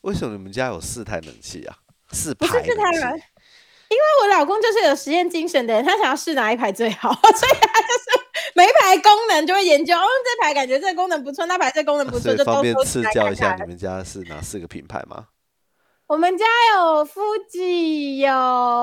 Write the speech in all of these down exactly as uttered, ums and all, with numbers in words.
为什么你们家有四台冷气啊？四不是排冷气？ 四台了，因为我老公就是有实验精神的人，他想要试哪一排最好，所以他就是每一排功能就会研究，哦，这排感觉这个功能不错，那排这个功能不错，就所以方便都收起来赐教一下， 看看。 你们家是哪四个品牌吗？ 我们家有 Fuji， 有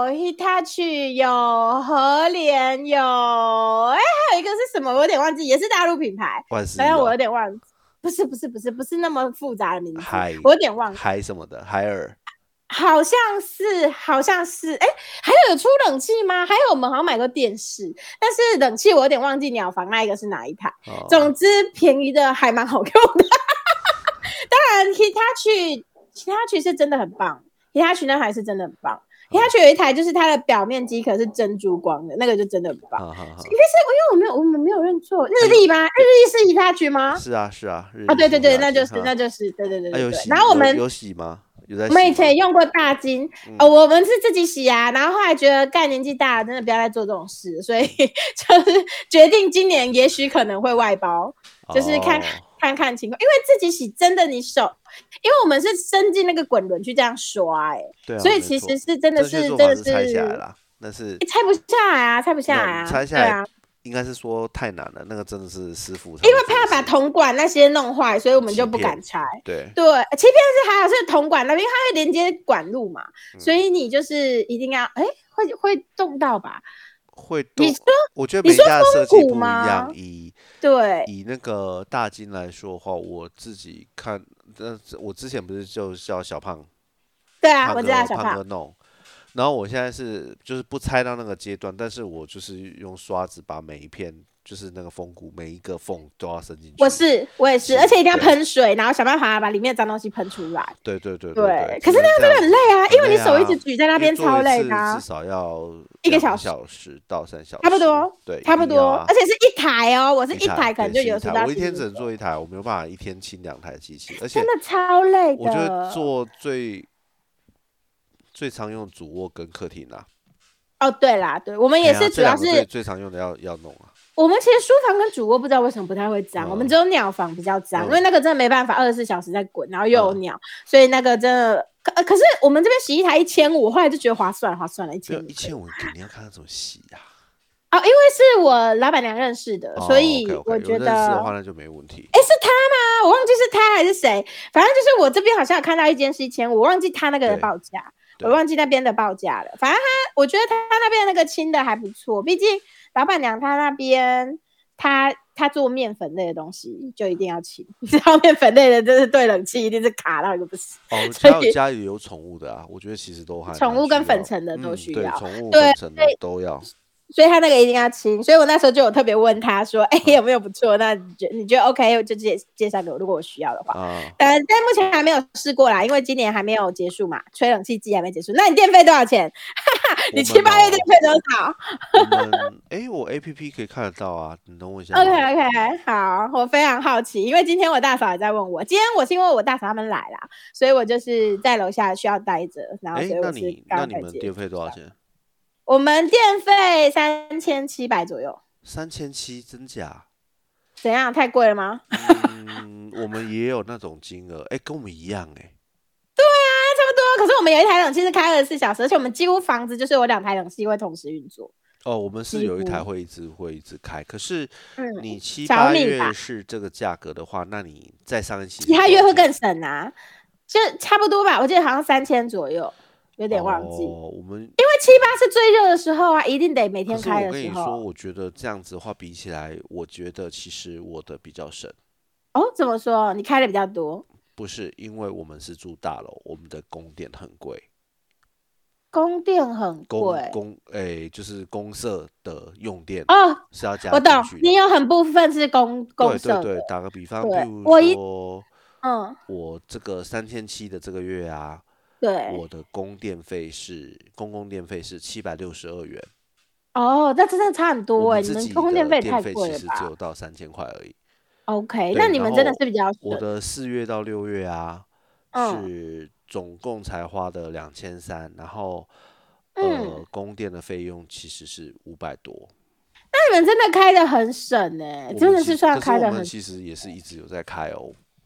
Hitachi， 有和联，有哎，还有一个是什么？我有点忘记，也是大陆品牌。 万事反正我有有， 点忘记，不是不是不是不是那么复杂的名字， 海我有点忘记。 海什么的，海尔。 好像是，好像是，哎，还有有出冷气吗？还有我们好像买过电视，但是冷气我有点忘记鸟房那一个是哪一台。 哦， 总之便宜的还蛮好用的。当然 Hitachi Hitachi 是真的很棒 ，Hitachi 那台是真的很棒。Hitachi 有一台就是它的表面机壳是珍珠光的，那个就真的很棒。 好好好， 应该是因为我没有我们没有认错，日立吗？日立是 Hitachi 吗？ 是啊是啊，日啊，对对对， 立是那就是 Hitachi， 那就是对对对啊， 对对。 有洗然后我们有有洗吗？有在洗我们以前吗？ 也用过大金， 嗯呃，我们是自己洗啊，然后后来觉得干年纪大了，真的不要再做这种事，所以就是决定今年也许可能会外包，就是看哦看看情况，因为自己洗真的你手，因为我们是伸进那个滚轮去这样刷、欸， 对啊， 所以没错其实是真的正确是真的做法是拆下来是啦，那是欸拆不下来啊，拆不下没有来啊， 你拆下来对啊， 应该是说太难了，那个真的是师傅才因为会做的怕把事铜管那些弄坏，所以我们就不欺骗敢拆。 对， 对，欺骗是还好，是铜管那边，因为它会连接管路嘛， 嗯所以你就是一定要，哎，会会动到吧？ 会动。 你说我觉得每一你说家的设计风骨不一样， 吗？ 以对以那个大金来说的话，我自己看，呃，我之前不是就叫小胖对啊， 胖我知道哥小胖。 胖哥弄，然后我现在是就是不拆到那个阶段，但是我就是用刷子把每一片就是那个风骨每一个缝都要伸进去。 我是我也是， 是而且一定要对喷水，然后想办法把里面的脏东西喷出来。 对对对对， 对， 可是那个真的很累啊，因为你手一直很累啊举在那边， 因为做一超累次的啊至，少要两一个小时小时到三小时， 差不多， 对， 差不多， 一定要啊而且是一台哦，我是一一台台，可能就对是一台， 有时到我一天只十分钟， 能做一台，我没有办法一天清两台机器，而且真的超累我觉得的。 做最最常用的主卧跟客厅啊， 哦，对啦，对，我们也对啊， 是主要这两个最是最常用的要要弄啊， 我们其实书房跟主卧不知道为什么不太会脏， 嗯我们只有鸟房比较脏， 嗯因为那个真的没办法二十四小时在滚，然后又有嗯鸟，所以那个真的可呃可是我们这边洗一台一千五，后来就觉得划算，划算了，一没有千五一千五肯定要看他怎么洗呀、 哦，因为是我老板娘认识的， 哦所以 OK OK， 我觉有认识的得话那就没问题。 哎，是他吗？我忘记是他还是谁，反正就是我这边好像有看到一间是一千五，我忘记他那个的对报价， 对我忘记那边的报价了。反正他，我觉得他那边那个清的还不错，毕竟老板娘她那边，她她做面粉类的东西就一定要清，你知道面粉类的，就是对冷气一定是卡到一个不行。 哦， 所以家有家里有宠物的啊，我觉得其实都还宠物跟蛮需要粉尘的都嗯对， 需要， 宠物对粉尘的都要。 所以他那个一定要清，所以我那时候就有特别问他说：“哎、有没有不错？那你觉你觉得 OK，我就介介绍给我，如果我需要的话。 啊， 呃，但目前还没有试过啦，因为今年还没有结束嘛，吹冷气季还没结束。那你电费多少钱？你七八月电费多少我们哎，我 A P P 可以看得到啊，你等我一下。 ？OK OK，好，我非常好奇，因为今天我大嫂也在问我，今天我是因为我大嫂他们来啦，所以我就是在楼下需要待着，然后哎，那所以我是你那你刚才接们电费多少钱？ 我们电费三千七百左右， 三千七，真假？ 怎样？太贵了吗？ 嗯，我们也有那种金额，哎，跟我们一样哎。 差不多，可是我们有一台冷气是开二十四小时，而且我们几乎房子就是有两台冷气会同时运作。 哦，我们是有一几乎台会一直会一直开，可是嗯， 你七小八米吧月是这个价格的话，那你再上一期其他月会更省啊，就差不多吧，我记得好像三千左右，有点忘记。 哦，我们因为七八是最热的时候啊，一定得每可是天开我跟你说， 的时候。 我觉得这样子的话比起来，我觉得其实我的比较省。 哦，怎么说？你开的比较多， 不是因为我们是住大楼，我们的供电很贵， 供电很公贵公诶、就是公社的用电哦。 是要加我懂进去，的。 你有很部分是公公对社的， 对对，打个比方， 对譬我一如说， 嗯， 我这个三千七的这个月啊， 对， 我的供电费是公共电费是七百六十二元， 哦，那真的差很我多哎，你们自己们公共电的电费太费其实只贵了吧有到三千块而已。 ？OK， 对， 那你们真的然后是比较省， 我的四月到六月啊， 嗯是总共才花的两千三，然后嗯， 呃，供电的费用其实是五百多。 那你们真的开的很省哎， 我真的是们其实可是算开的很， 我们其实也是一直有在开哦。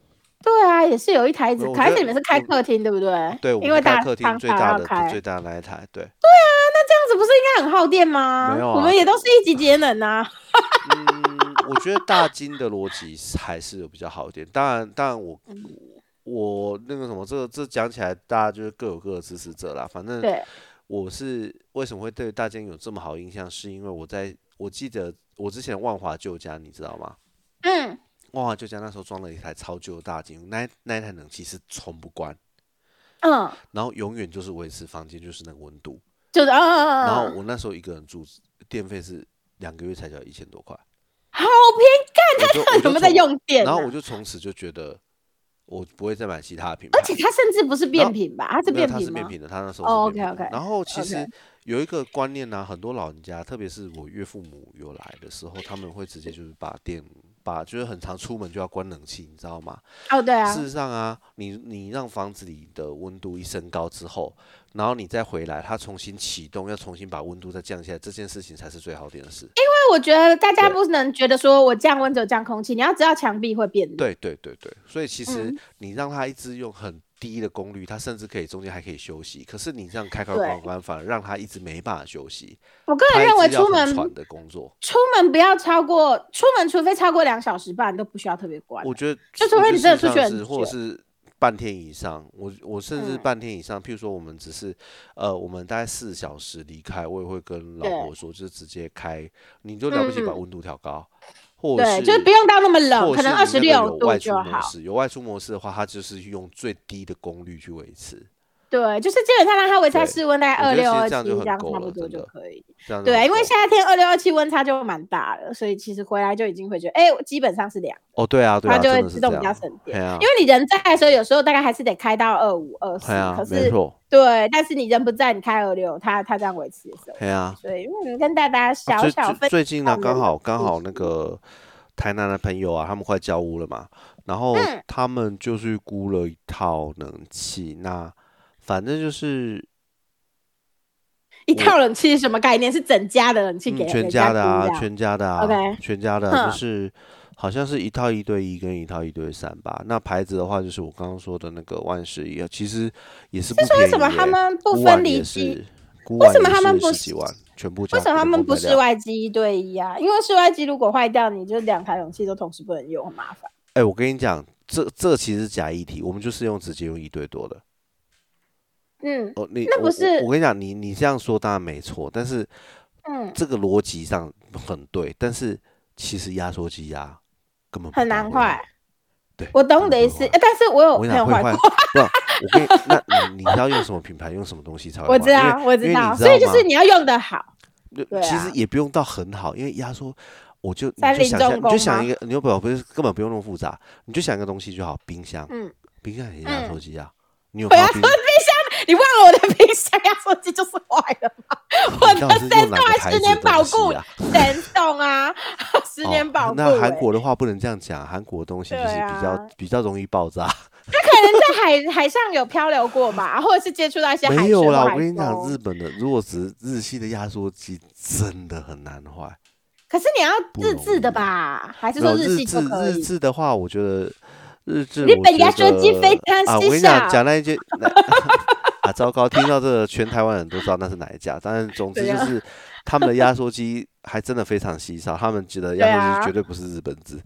对啊，也是有一台一直开，而且你们是开我客厅对不对？ 对，我因为大们开客厅商最大的场要开。 最大的那一台，对。 那这样子不是应该很耗电吗？ 没有啊， 我们也都是一级节能啊。 嗯，我觉得大金的逻辑还是有比较好一点。当然，当然我我那个什么，这个这讲起来，大家就是各有各的支持者啦。反正对， 我是为什么会对大金有这么好印象，是因为我在我记得我之前万华旧家，你知道吗？ 嗯， 万华旧家那时候装了一台超旧的大金，那那一台冷气是冲不关， 嗯， 然后永远就是维持房间就是那个温度， 就是嗯嗯嗯， 然后我那时候一个人住，电费是两个月才交一千多块， 好便宜，看他有没有在用电、啊， 然后我就从此就觉得我不会再买其他的品牌， 而且它甚至不是变频吧？它是变频吗？ 它是变频的，它那时候是变频的。 Oh, OK OK。 然后其实 okay. 有一个观念呢、啊，很多老人家，特别是我岳父母有来的时候，他们会直接就是把电。把就是很常出门就要关冷气，你知道吗？ 哦，对啊。 事实上啊，你你让房子里的温度一升高之后，然后你再回来，它重新启动，要重新把温度再降下来，这件事情才是最耗电的事。因为我觉得大家不能觉得说我降温只有降空气，你要知道墙壁会变热。 对对对对，所以其实你让它一直用很低的功率，它甚至可以中间还可以休息。可是你这样开开关关，反而让它一直没办法休息。 我个人认为出门喘的工作， 出门不要超过出门，除非超过两小时半都不需要特别关。 我觉得就除非你真的出去很久， 或者是半天以上。我我甚至半天以上，嗯、譬如说我们只是呃，我们大概四小时离开，我也会跟老婆说，就直接开，你就了不起把温度调高。嗯或者是对，就不用到那么冷，可能二十六度就好。 有外出模式的话，它就是用最低的功率去维持。 对，就是基本上让它维持在室温大概二六二七这样差不多就可以。对，因为夏天二六二七温差就蛮大了，所以其实回来就已经会觉得，哎、欸，基本上是凉。 哦，对啊，对啊， 它就会自动比较省电。 啊、 因为你人在的时候，有时候大概还是得开到二五二四，可是对，但是你人不在，你开二六，它它这样维持的时候。 对啊。 所以嗯，跟大家小小分享、啊。 最近呢，刚好刚好那个。台南的朋友啊，他们快交屋了嘛，然后他们就去估了一套冷气，那反正就是一套冷气什么概念？是整家的冷气给、 嗯、全家的啊，全家的啊 ，OK， 全家的、啊，就是好像是一套一对一跟一套一对三吧。那牌子的话，就是我刚刚说的那个万事一，其实也是不便宜、欸。 是说为什么他们不分离机？ 为什么他们不十几万？全部为什么他们不室外机一对一啊？因为室外机如果坏掉，你就两台冷气都同时不能用，很麻烦。 哎、欸，我跟你讲，这这其实是假议题，我们就是用直接用一对多的。 嗯， 哦，你那不是我, 我跟你讲，你你这样说当然没错，但是嗯，这个逻辑上很对，但是其实压缩机啊根本很难坏。 对， 我懂你的意思，但是我有朋友坏过。 不，我跟你那你你要用什么品牌，用什么东西才会坏？ 我知道，我知道，所以就是你要用的好。 对、啊，其实也不用到很好，因为压缩，我就你就想象，你就想一个，你又不不是根本不用那么复杂，你就想一个东西就好，冰箱，嗯，冰箱也是压缩机啊，嗯、你有压缩冰箱？你忘了我的冰箱压缩机就是坏了吗？我的神动还十年保固，神动啊，十年保固、欸哦。那韩国的话不能这样讲，韩国的东西就是比较、啊、比较容易爆炸。 它可能在海海上有漂流过吧，或者是接触到一些海没有啦。我跟你讲，日本的如果只是日系的压缩机，真的很难坏。 可是你要日制的吧？还是说日系就可以？ 日制的话，我觉得日制日本压缩机非常稀少。 啊，我跟你讲，讲那一件啊，糟糕，听到这个，全台湾人都知道那是哪一家。但是总之就是他们的压缩机还真的非常稀少，他们觉得压缩机绝对不是日本制。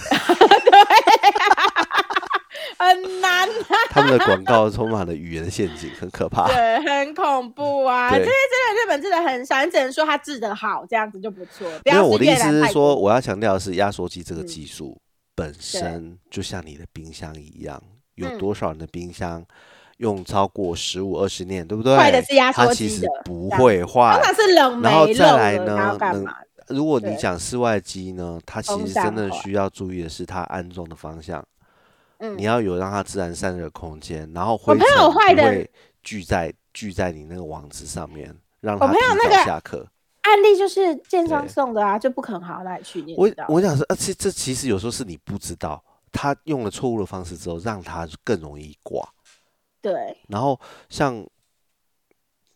很难、啊， 他们的广告充满了语言陷阱，很可怕， 对，很恐怖啊！这些真的日本制的很少，你只能说它制的好，这样子就不错。因为我的意思是说，我要强调的是，压缩机这个技术本身就像你的冰箱一样，有多少人的冰箱用超过十五二十年，对不对？ 坏的是压缩机的， 它其实不会坏， 通常是冷媒， 然后再来呢， 要干嘛？ 如果你讲室外机呢，它其实真的需要注意的是它安装的方向。嗯、你要有让它自然散热空间，然后灰尘不会聚在聚在你那个网子上面，让它提早下课。 案例就是建商送的啊，就不肯好哪里去。 我我想说，而且这其实有时候是你不知道，他用了错误的方式之后，让它更容易挂。 对。 然后像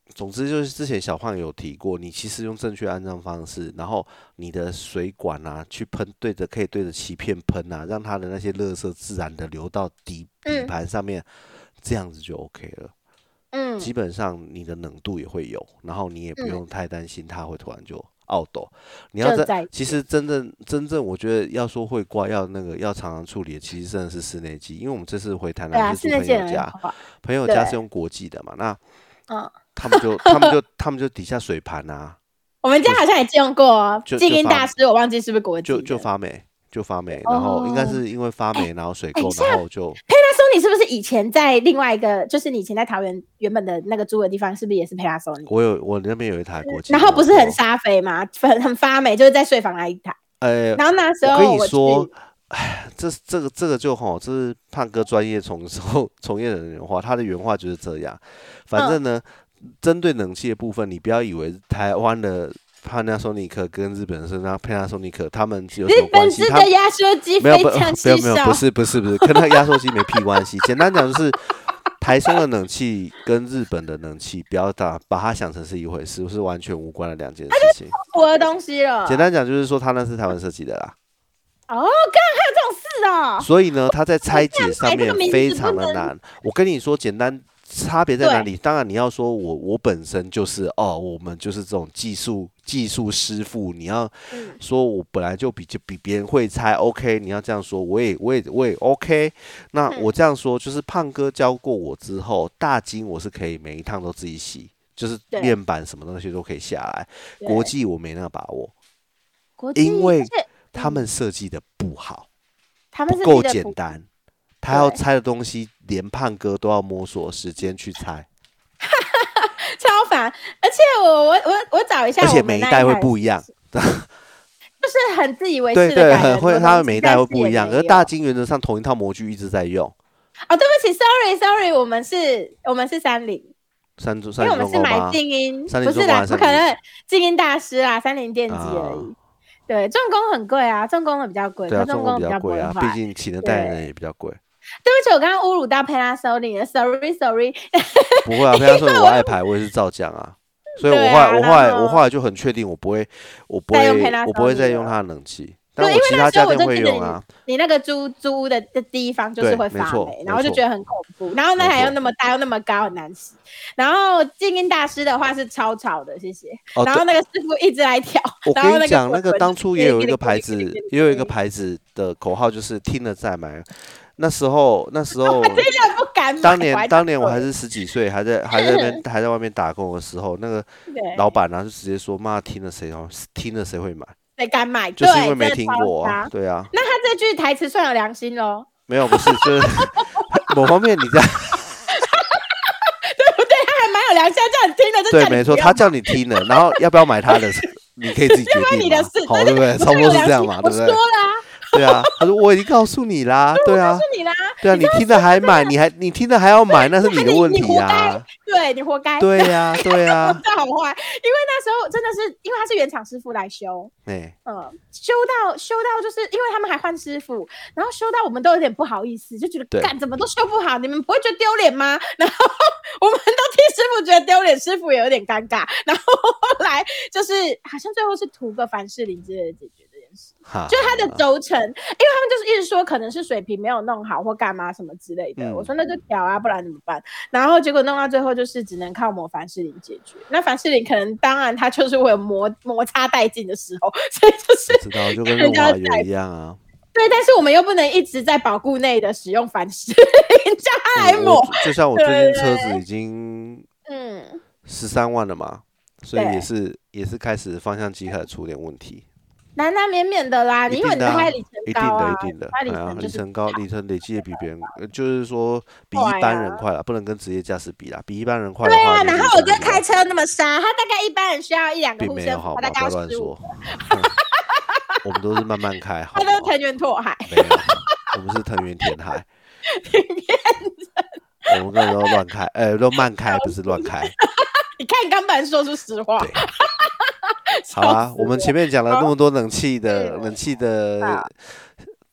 总之就是之前小胖有提过，你其实用正确安装方式，然后你的水管啊去喷，对着可以对着鳍片喷啊，让它的那些垃圾自然的流到底底盘上面，嗯、这样子就 OK 了。嗯，基本上你的冷度也会有，然后你也不用太担心它会突然就凹斗。你要在其实真正真正我觉得要说会刮要那个要常常处理的，其实真的是室内机，因为我们这次回台南是住朋友家，啊、朋友家是用国际的嘛，那嗯。他们就他们就他们就底下水盘啊， 我们家好像也借用过哦。静音大师，我忘记是不是国际就就发霉，就发霉，然后应该是因为发霉，然后水垢，然后就。 佩拉索尼是不是以前在另外一个，就是你以前在桃园原本的那个租的地方，是不是也是佩拉索尼？ 我有，我那边有一台国际， 然后不是很沙肥吗？很很发霉，就是在睡房那一台。呃，然后那时候我跟你说。哎，这这个这个就吼，这是胖哥专业从从从业人员话，他的原话就是这样。反正呢，嗯、针对冷气的部分，你不要以为台湾的 Panasonic 跟日本的是那 Panasonic 他们有什么关系？ 日本的压缩机非常稀少。 没有没有没有，不是不是不是，跟那压缩机没屁关系。简单讲就是，台松的冷气跟日本的冷气，不要打把它想成是一回事，是完全无关的两件事情。 我的东西了。 简单讲就是说，它那是台湾设计的啦。 哦，刚刚还有这种事哦。 所以呢，它在拆解上面非常的难。我跟你说，简单差别在哪里？当然你要说我我本身就是哦，我们就是这种技术技术师傅。你要说我本来就比就比别人会拆 ，OK？ 你要这样说，我也我也我也 OK。那我这样说，就是胖哥教过我之后，大金我是可以每一趟都自己洗，就是面板什么东西都可以下来。国际我没那个把握，因为。他们设计的不好， 他们不够简单，他要拆的东西连胖哥都要摸索时间去拆， 超烦。而且我我我我找一下， 而且每一代会不一样， 就是很自以为是的。对对，很会，他们每一代会不一样。而大金原则上同一套模具一直在用。 哦，对不起 ，sorry sorry， 我们是我们是三菱。 三中， 因为我们是买静音，不是啦，不可能静音大师啦，三菱电机而已。对，重工很贵啊，重工的比较贵， 对啊， 重工比较贵啊，毕竟请的代言人也比较贵。 对不起，我刚刚侮辱到 Panasonic 了 ，sorry sorry。 不会啊 ，Panasonic 我爱牌，我也是照讲啊，所以我后来、啊、我后来我后来就很确定，我不会，我不会，我不会再用它的冷气。但我其他家电会用啊。 你那个租租屋的地方就是会发霉，然后就觉得很恐怖，然后那台又那么大又那么高，很难洗。然后静音大师的话是超吵的，谢谢。哦、然后那个师傅一直来调。 我跟你讲，那个当初也有一个牌子，也有一个牌子的口号就是听了再买。那时候，那时候， 真的不敢买。 当年，当年我还是十几岁，还在还在那边还在外面打工的时候，那个老板呢、啊、就直接说：“妈，听了谁哦？听了谁会买？” 谁敢买？ 就是因为没听过啊，对啊。 那他这句台词算有良心咯？ 没有，不是，就是某方面你这样， 对不对？他还蛮有良心，叫你听的。 对，没错，他叫你听了，然后要不要买他的，你可以自己决定嘛。好，对不对？差不多是这样嘛，对不对？ 我说了啊。 对啊，他说我已经告诉你啦，对啊， 告诉你啦， 对啊，你听了还买，你还你听了还要买，那是你的问题啊， 对你活该， 对呀，对呀， 这好坏，因为那时候真的是，因为他是原厂师傅来修，对，嗯，修到修到就是因为他们还换师傅，然后修到我们都有点不好意思，就觉得干怎么都修不好，你们不会觉得丢脸吗？然后我们都替师傅觉得丢脸，师傅也有点尴尬，然后后来就是好像最后是涂个凡士林之类的解决。就它的轴承，因为他们就是一直说可能是水平没有弄好或干嘛什么之类的。嗯、我说那就调啊，不然怎么办？然后结果弄到最后就是只能靠抹凡士林解决。那凡士林可能当然它就是会有摩摩擦殆尽的时候，所以就是知道就跟润滑油一样啊。 对，但是我们又不能一直在保固内的使用凡士林，叫它来抹。 就像我最近车子已经嗯十三万了嘛，所以也是也是开始方向机开始出点问题。 难难免免的啦，因为你开里程高啊， 一定的，一定的，里程高，里程累积也比别人，就是说比一般人快啦，不能跟职业驾驶比啦，比一般人快的话。 对啊，然后我这开车那么杀，他大概一般人需要一两个护身符，大概要十五。 我们都是慢慢开， 他都是藤原拓海， 没有，我们是藤原填海， 你骗人，我们那时候乱开，呃，都慢开，不是乱开。 你看你刚才说出实话。 好啊，我们前面讲了那么多冷气的冷气的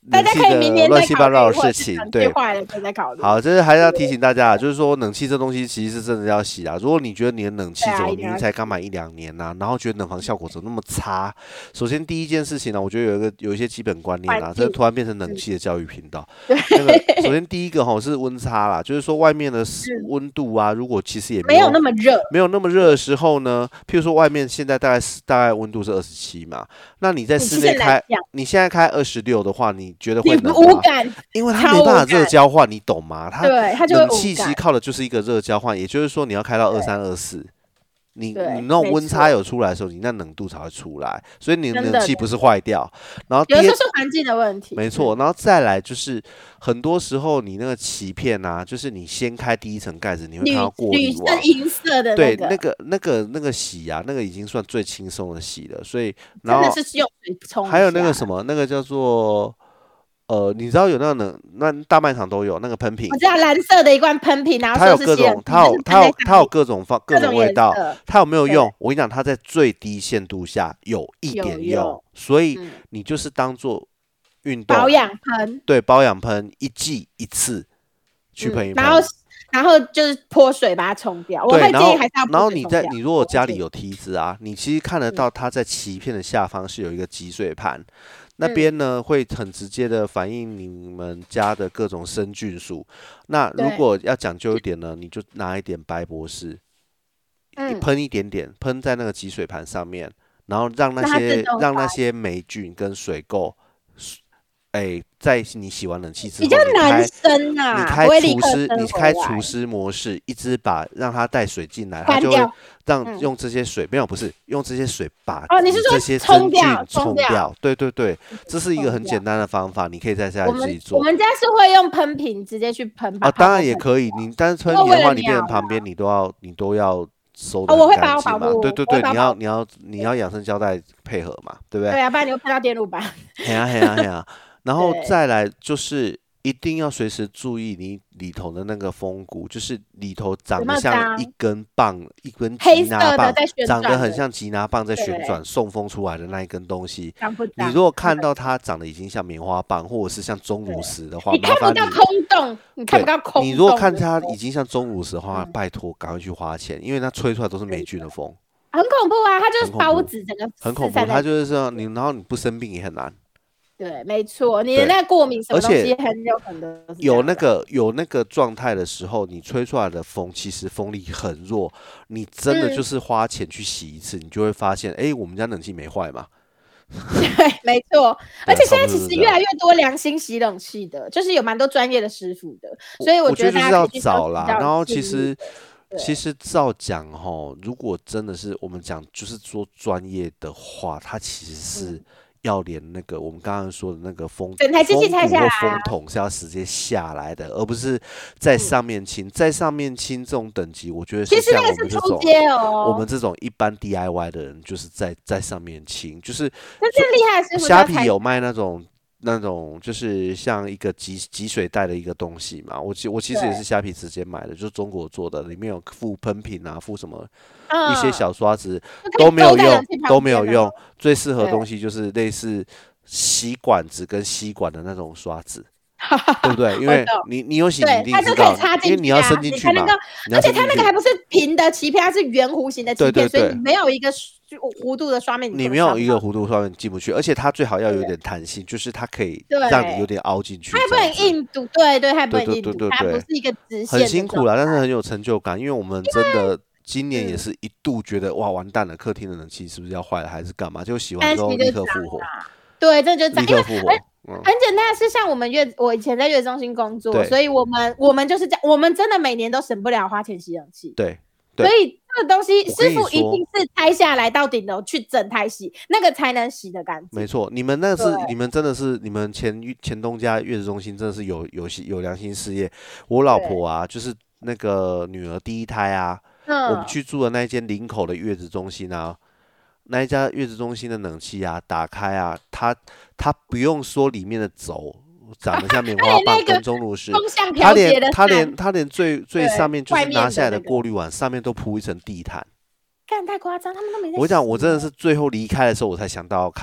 大家可以明年乱七八糟的事情，对， 坏了可以再考虑。 好，这是还是要提醒大家，就是说冷气这东西其实是真的要洗啊。如果你觉得你的冷气怎么明明才刚买一两年呐、啊，然后觉得冷房效果怎么那么差，首先第一件事情呢，我觉得有一个有一些基本观念啊，这突然变成冷气的教育频道。那个首先第一个哈是温差啦，就是说外面的温度啊，如果其实也没有没有那么热， 没有那么热的时候呢，譬如说外面现在大概大概温度是二十七嘛，那你在室内开，你现在开二十六的话，你觉得会冷吗？ 无感， 因为它没办法热交换，你懂吗？它对，它就冷气其实靠的就是一个热交换，也就是说你要开到二三二四。你你那种温差有出来的时候，你那冷度才会出来，所以你的冷气不是坏掉。然后有时候是环境的问题， 没错。然后再来就是很多时候你那个鳍片啊，就是你掀开第一层盖子，你会看到过滤网， 银色的、那个， 对，那个那个那个洗啊，那个已经算最轻松的洗了。所以然后真的是用水冲， 还有那个什么，那个叫做。呃，你知道有那个那大卖场都有那个喷瓶， 我知道蓝色的一罐喷瓶，然后它有各种，它有它有它有各种方各种味道，它有没有用？我跟你讲，它在最低限度下有一点用，所以你就是当做运动保养喷， 对，保养喷一季一次去喷一喷， 然后然后就是泼水把它冲掉。我会建议还是要然后你在你如果家里有梯子啊，你其实看得到它在鳍片的下方是有一个积水盘。那边呢会很直接的反映你们家的各种生菌数。那如果要讲究一点呢，你就拿一点白博士，嗯，喷一点点，喷在那个积水盘上面，然后让那些让那些霉菌跟水垢，哎，在你洗完冷气之后， 比较男生啊， 你开除湿，你开除湿模式，一直把让它带水进来，它就会让用这些水，没有不是用这些水把哦，你是说这些真菌冲掉？对对对，这是一个很简单的方法，你可以在家里自己做。 我们家是会用喷瓶直接去喷啊，当然也可以，你但是喷瓶的话，你变成旁边你都要你都要收的很干净嘛。对对对，你要你要你要养生胶带配合嘛，对不对？ 对啊，不然你会喷到电路板。 嘿呀嘿呀嘿呀。然后再来就是一定要随时注意你里头的那个风骨，就是里头长得像一根棒，一根吉拿棒，长得很像吉拿棒在旋转送风出来的那一根东西。你如果看到它长得已经像棉花棒，或者是像钟乳石的话， 你看不到空洞，你看不到空洞。 你如果看它已经像钟乳石的话，拜托赶快去花钱，因为它吹出来都是霉菌的风， 很恐怖啊！它就是孢子，整个很恐怖。它就是说你，然后你不生病也很难。 对，没错，你的那个过敏什么东西很有可能有那个有那个状态的时候，你吹出来的风其实风力很弱，你真的就是花钱去洗一次，嗯、你就会发现，哎，我们家冷气没坏嘛。 对，没错，而且现在其实越来越多良心洗冷气的，就是有蛮多专业的师傅的，所以我觉得大家要找啦。然后其实其实照讲哈，如果真的是我们讲就是说专业的话，它其实是。嗯要连那个我们刚刚说的那个风整台机器拆下来、啊， 风筒是要直接下来的，而不是在上面清。嗯、在上面清这种等级，我觉得是像我们这种， 哦、 我们这种一般 D I Y 的人，就是在在上面清，就是。 那最厉害的是虾皮有卖那种。那种就是像一个集集水袋的一个东西嘛，我其我其实也是虾皮直接买的，就是中国做的，里面有附喷瓶啊，附什么、嗯、一些小刷子都没有用，都没有用。最适合的东西就是类似吸管子跟吸管的那种刷子，对不对？因为你你有洗，你一定知道，因为你要伸进去嘛。 而且它那个还不是平的鳍片，它是圆弧形的鳍片，所以没有一个。弧度的刷面， 你没有一个弧度刷面进不去，而且它最好要有点弹性，就是它可以让你有点凹进去。 它不能硬度，对对，它不能硬度，它不是一个直线。 很辛苦啦，但是很有成就感，因为我们真的今年也是一度觉得哇完蛋了，客厅的冷气是不是要坏了，还是干嘛？就洗完之后立刻复活。 对，这就立刻复活。 很简单，是像我们月，我以前在月子中心工作，所以我们我们就是这样，我们真的每年都省不了花钱洗冷气。 对。 所以这个东西，师傅一定是拆下来到顶楼去整台洗，那个才能洗得干净。 没错，你们那是你们真的是你们前前东家月子中心真的是有有有良心事业。我老婆啊，就是那个女儿第一胎啊，嗯、我们去住的那一间林口的月子中心啊，那一家月子中心的冷气啊，打开啊，它它不用说里面的轴。长得像棉花棒跟钟乳石，他连他连他连最最上面就是拿下来的过滤网上面都铺一层地毯， 干太夸张，他们都没在。 我讲我真的是最后离开的时候我才想到要看，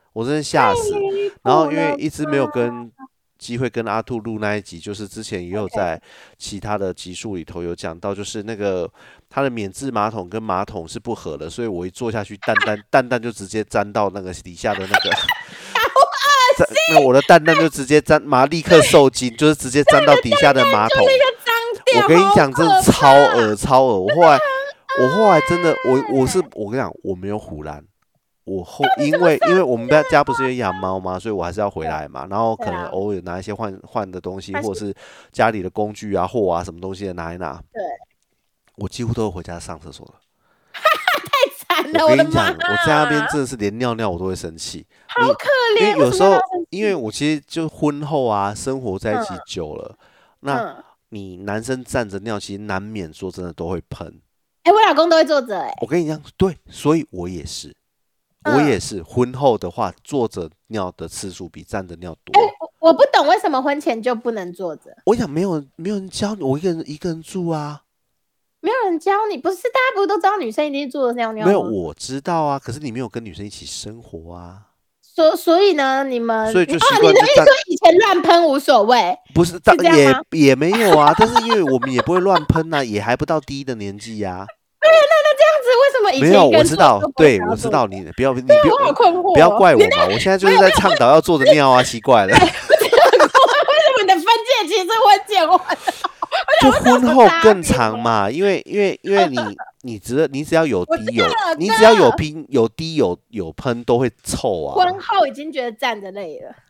我真的吓死。然后因为一直没有跟机会跟阿兔录那一集，就是之前也有在其他的集数里头有讲到，就是那个它的免治马桶跟马桶是不合的，所以我一坐下去，蛋蛋蛋蛋就直接沾到那个底下的那个，那我的蛋蛋就直接沾，马立刻受惊，就是直接沾到底下的马桶。我跟你讲，真的超恶超恶。我后来我后来真的我我是我跟你讲，我没有唬烂。我后因为因为我们家不是有养猫嘛，所以我还是要回来嘛，然后可能偶尔拿一些换换的东西，或者是家里的工具啊、货啊什么东西的拿一拿。对，我几乎都会回家上厕所了。 太惨了！ 我跟你讲，我在那边真的是连尿尿我都会生气， 好可怜。 因为有时候，因为我其实就婚后啊，生活在一起久了，嗯、那你男生站着尿，其实难免说真的都会喷。 哎、欸，我老公都会坐着哎、欸。 我跟你讲，对，所以我也是。我也是，婚后的话，坐着尿的次数比站着尿多。 哎、欸，我不懂为什么婚前就不能坐着。 我想没有没有人教你，我一个人一个人住啊。 没有人教你，不是大家不是都知道女生一定坐着尿尿吗？ 没有，我知道啊，可是你没有跟女生一起生活啊。 所所以呢，你们所以就习惯就、哦、 你的意思说以前乱喷无所谓？ 不是，是也也没有啊。但是因为我们也不会乱喷啊，也还不到低的年纪呀、啊。 对啊，那那这样子为什么以前没有？我知道，对，我知道你不要你不要不要怪我嘛，我现在就是在倡导要坐着尿啊，奇怪了。为什么你的分界其实婚前婚就婚后更长嘛？因为因为因为你你只你只要有滴有你只要有冰有滴有有喷都会臭啊。 婚后已经觉得站着累了，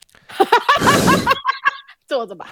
坐着吧。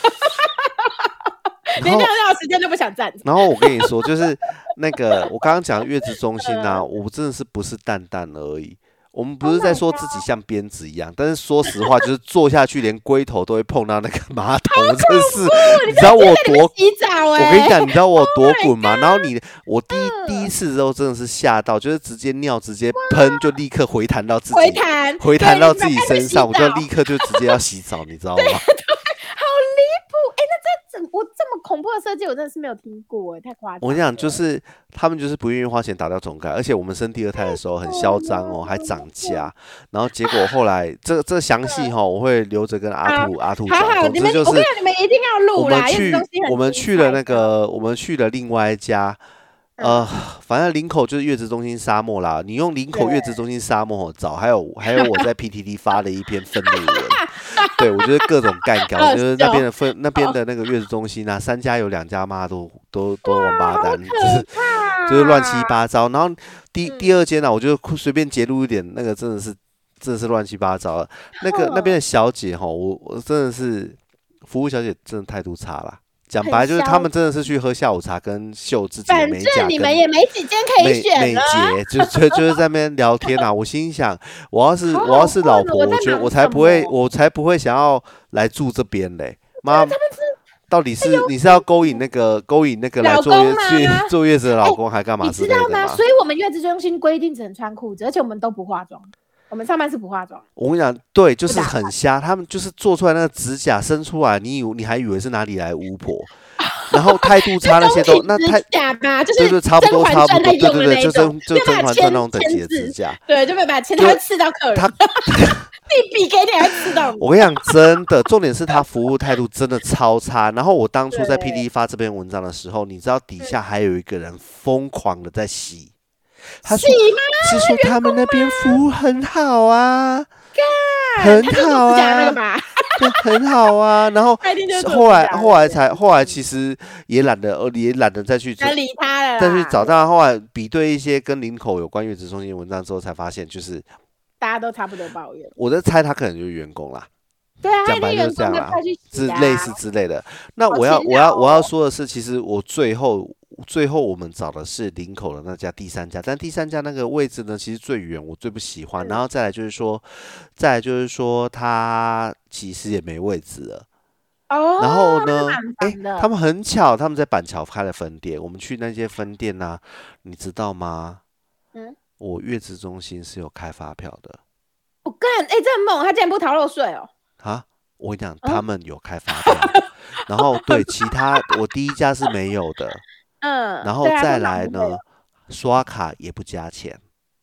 连尿尿时间都不想站。 然后我跟你说，就是那个我刚刚讲的月子中心啊，我真的是不是蛋蛋而已。我们不是在说自己像鞭子一样， oh、但是说实话，就是坐下去连龟头都会碰到那个马桶，真是。你知道我多洗澡、欸、 我跟你讲，你知道我多滚吗？ 、oh、然后你我第一、嗯、第一次之后真的是吓到，就是直接尿直接喷，就立刻回弹到自己回弹回弹到自己身上，我就立刻就直接要洗澡，你知道吗？ 哎、欸，那这我这么恐怖的设计，我真的是没有听过，哎，太夸张了。 我跟你讲，就是他们就是不愿意花钱打掉总盖，而且我们生第二胎的时候很嚣张哦，还涨价，然后结果后来这这详细哈，我会留着跟阿兔、啊、阿兔讲。 好好，你们就是我跟你讲，你们一定要录啦。 我们去我们去了那个，我们去了另外一家。呃，反正林口就是月子中心沙漠啦。你用林口月子中心沙漠找，还有还有我在 P T T 发了一篇愤怒文，对我觉得各种干搞，就是那边的分那边的那个月子中心啊，三家有两家妈都都都王八蛋，就是就是乱七八糟。然后第第二间呢、啊，我就随便截录一点，那个真的是真的是乱七八糟的。那个那边的小姐哈，我我真的是服务小姐真的态度差啦。讲白就是他们真的是去喝下午茶跟秀自己的美甲， 反正你们也没几间可以选了， 美睫就就就是在那边聊天啊。我心想，我要是我要是老婆，我觉得我才不会我才不会想要来住这边嘞。妈，到底是你是要勾引那个勾引那个来坐月去坐月子的老公，还干嘛之类的吗？ 你知道吗？所以我们月子中心规定只能穿裤子，而且我们都不化妆。我们上班是不化妆。 我跟你讲，对，就是很瞎。他们就是做出来那个指甲伸出来，你以为你还以为是哪里来巫婆，然后态度差那些都那太假吧，就是对对，差不多差不多，对对对，就甄就甄嬛传那种等级的指甲， 对，就没把钱他会刺到客人，他你比给你还刺到你。 我跟你讲，真的，重点是他服务态度真的超差。然后我当初在 P D 发这篇文章的时候，你知道底下还有一个人疯狂的在洗。他说：“是说他们那边服务很好啊，很好啊，对，很好啊。然后后来后来才后来其实也懒得也懒得再去理他了， 再去找到。后来比对一些跟林口有关月子中心的文章之后，才发现就是大家都差不多抱怨。 我在猜他可能就是员工啦。” 对啊， 讲白就是这样啦，之类似之类的。那我要我要我要说的是，其实我最后最后我们找的是林口的那家第三家，但第三家那个位置呢，其实最远，我最不喜欢。然后再来就是说，再来就是说，他其实也没位置了。 哦。 然后呢，哎，他们很巧，他们在板桥开了分店。我们去那些分店呢、啊，你知道吗？嗯。我月子中心是有开发票的。 我干，哎，这很猛，他竟然不逃漏税哦。 啊，我跟你讲，他们有开发票，嗯、然后对其他我第一家是没有的，嗯，然后再来呢，啊、刷卡也不加钱。 哇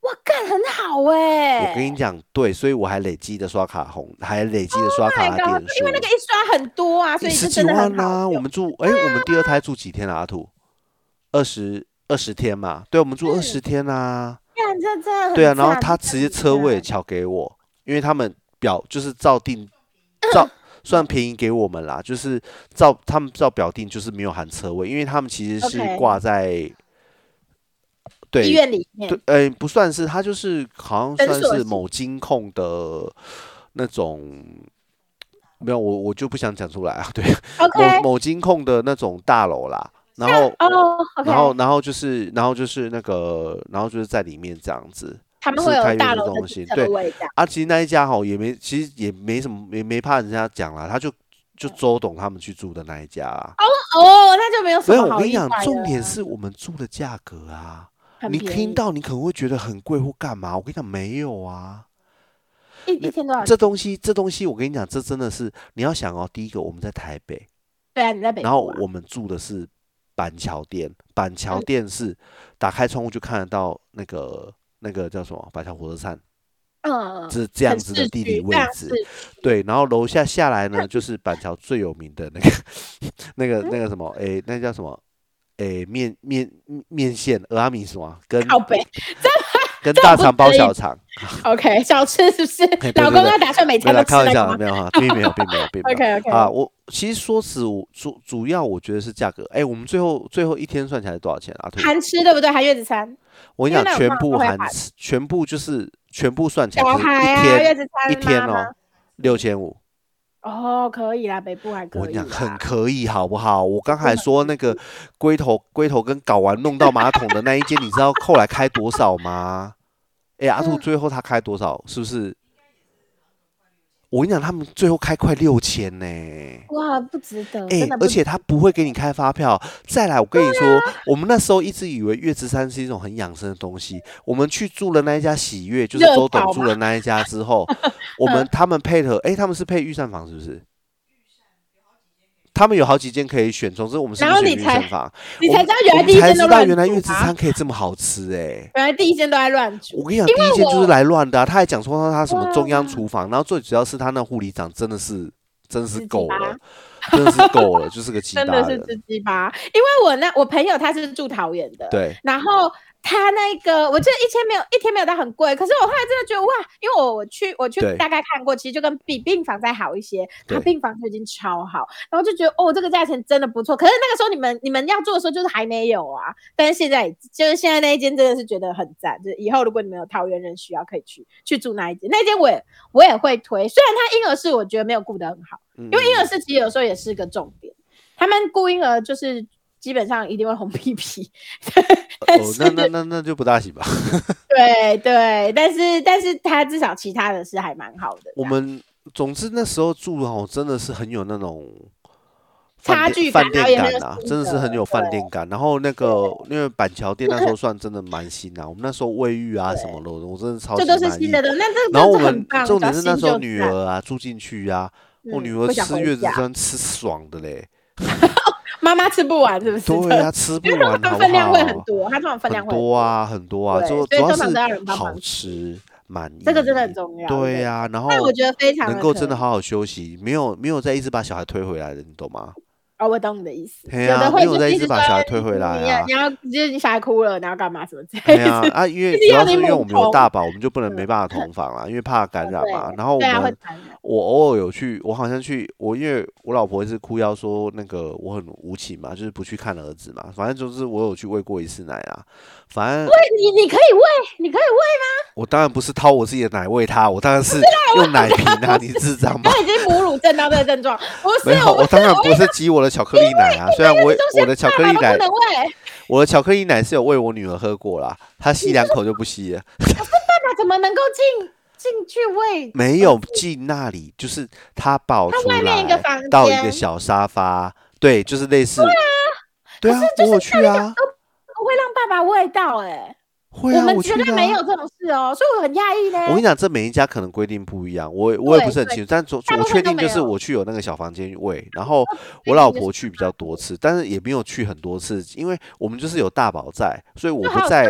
哇，干很好哎、 欸！我跟你讲，对，所以我还累积的刷卡红，还累积的刷卡的点数， 因为那个一刷很多啊，所以十几万啊！我们住，哎、欸，我们第二胎住几天啊？阿土，二十二十天嘛，对，我们住二十天啊。 干、嗯，这真的对啊，然后他直接车位敲给我，因为他们表就是照定照。算便宜给我们啦，就是照他们照表定，就是没有含车位，因为他们其实是挂在、okay. 对医院里面， 对，呃，不算是，他就是好像算是某金控的那种，没有，我我就不想讲出来啊，对， okay. 某某金控的那种大楼啦，然后， 哦 okay. 然后，然后就是，然后就是那个，然后就是在里面这样子。 他们会有大楼的车位这样， 啊，其实那一家哈也没，其实也没什么，没没怕人家讲啦，他就就周董他们去住的那一家啊。 哦哦，那就没有什么好意外的。 没有，我跟你讲，重点是我们住的价格啊，你听到你可能会觉得很贵或干嘛，我跟你讲没有啊。 一一天多少钱？ 这东西，这东西我跟你讲，这真的是你要想哦。第一个我们在台北， 对啊，你在北部、啊。 然后我们住的是板桥店，板桥店是打开窗户就看得到那个。那个叫什么板桥火车站， 嗯， 是这样子的地理位置，对。然后楼下下来呢，就是板桥最有名的那个、那个、那个什么，哎、欸，那叫什么？哎、欸，面面面线俄阿米什么？跟跟大肠包小肠。 OK， 小吃是不是？欸、老公要打算每天都吃开玩笑的，没有哈，并没有，并没有，并没有。 OK OK 啊，我其实说实，主主要我觉得是价格。哎、欸，我们最后最后一天算起来多少钱啊？ 含吃对不对？含月子餐。 我跟你讲，全部含全部就是全部算起来， 小孩啊，月子餐一天哦，六千五。 哦，可以啦，北部还可以。 我跟你讲，很可以，好不好？我刚才说那个龟头龟头跟睾丸弄到马桶的那一间，你知道后来开多少吗？哎、欸，阿兔最后他开多少？是不是？我跟你讲，他们最后开快六千呢！ 哇，不值得！ 哎、欸，而且他不会给你开发票。再来，我跟你说、啊，我们那时候一直以为月子餐是一种很养生的东西。我们去住了那一家喜悦，就是周董住了那一家之后，我们他们配合，哎、欸，他们是配御膳房是不是？他们有好几间可以选，总之我们是不选御膳房。 你才知道原来第一间都乱煮、啊、 才知道原来月子餐可以这么好吃哎、欸！ 原来第一间都在乱煮。 我跟你讲，第一间就是来乱的、啊。他还讲说他什么中央厨房，然后最主要是他那护理长真的是真的是够了，真的是够了，就是个鸡巴人。 真的是鸡巴。因为我那我朋友他是住桃园的， 对， 然后。他那个，我记得一天没有一天没有到很贵，可是我后来真的觉得哇，因为我我去我去大概看过，其实就跟比病房再好一些，他病房就已经超好，然后就觉得哦，这个价钱真的不错。可是那个时候你们你们要做的时候就是还没有啊，但是现在就是现在那一间真的是觉得很赞，就是以后如果你们有桃园人需要可以去去住那一间，那一间我也我也会推。虽然他婴儿室我觉得没有顾得很好，因为婴儿室其实有时候也是个重点，他们顾婴儿就是。基本上一定会红屁屁， 哦，那那那那就不大行吧。 对对，但是但是他至少其他的是还蛮好的。 我们总之那时候住哦，真的是很有那种差距饭店感啊，真的是很有饭店感。然后那个因为板桥店那时候算真的蛮新啊，我们那时候卫浴啊什么的，我真的超级满意。 这都是新的的，那这然后我们重点是那时候女儿啊住进去啊，我、嗯、女儿吃月子餐吃爽的嘞。 妈妈吃不完是不是？ 对啊，吃不完， 它分量会很多，它这种分量会很多啊，很多啊，主主要是好吃。满意， 这个真的很重要。 对呀、啊，然后我觉得非常能够真的好好休息，没有没有再一直把小孩推回来的，你懂吗？ 哦，我懂你的意思。 对啊，没有再一直把小孩推回来啊！ 你要就是你小孩哭了，你要干嘛什么之类的。 对啊啊，因为主要是因为我们有大宝，我们就不能没办法同房啦，因为怕感染嘛。然后我们我偶尔有去，我好像去，我因为我老婆一直哭腰说那个我很无情嘛，就是不去看儿子嘛。反正就是我有去喂过一次奶啊。反正喂你，你可以喂，你可以喂吗？ 我当然不是掏我自己的奶喂他，我当然是用奶瓶啊，你智障吗？ 他已经母乳症到这个症状，不是， 没有，我当然不是挤我的巧克力奶啊。虽然我我的巧克力奶，我的巧克力奶是有喂我女儿喝过啦，她吸两口就不吸了。 可是爸爸怎么能够进进去喂？ 没有进那里，就是他抱出来到一个小沙发，对，就是类似。对啊，对啊，我有去啊。 不会让爸爸喂到哎、欸。 会啊， 我们绝对没有这种事哦，所以我很讶异呢。 我跟你讲，这每一家可能规定不一样，我我也不是很清楚，但我确定就是我去有那个小房间喂，然后我老婆去比较多次，但是也没有去很多次，因为我们就是有大宝在，所以我不在，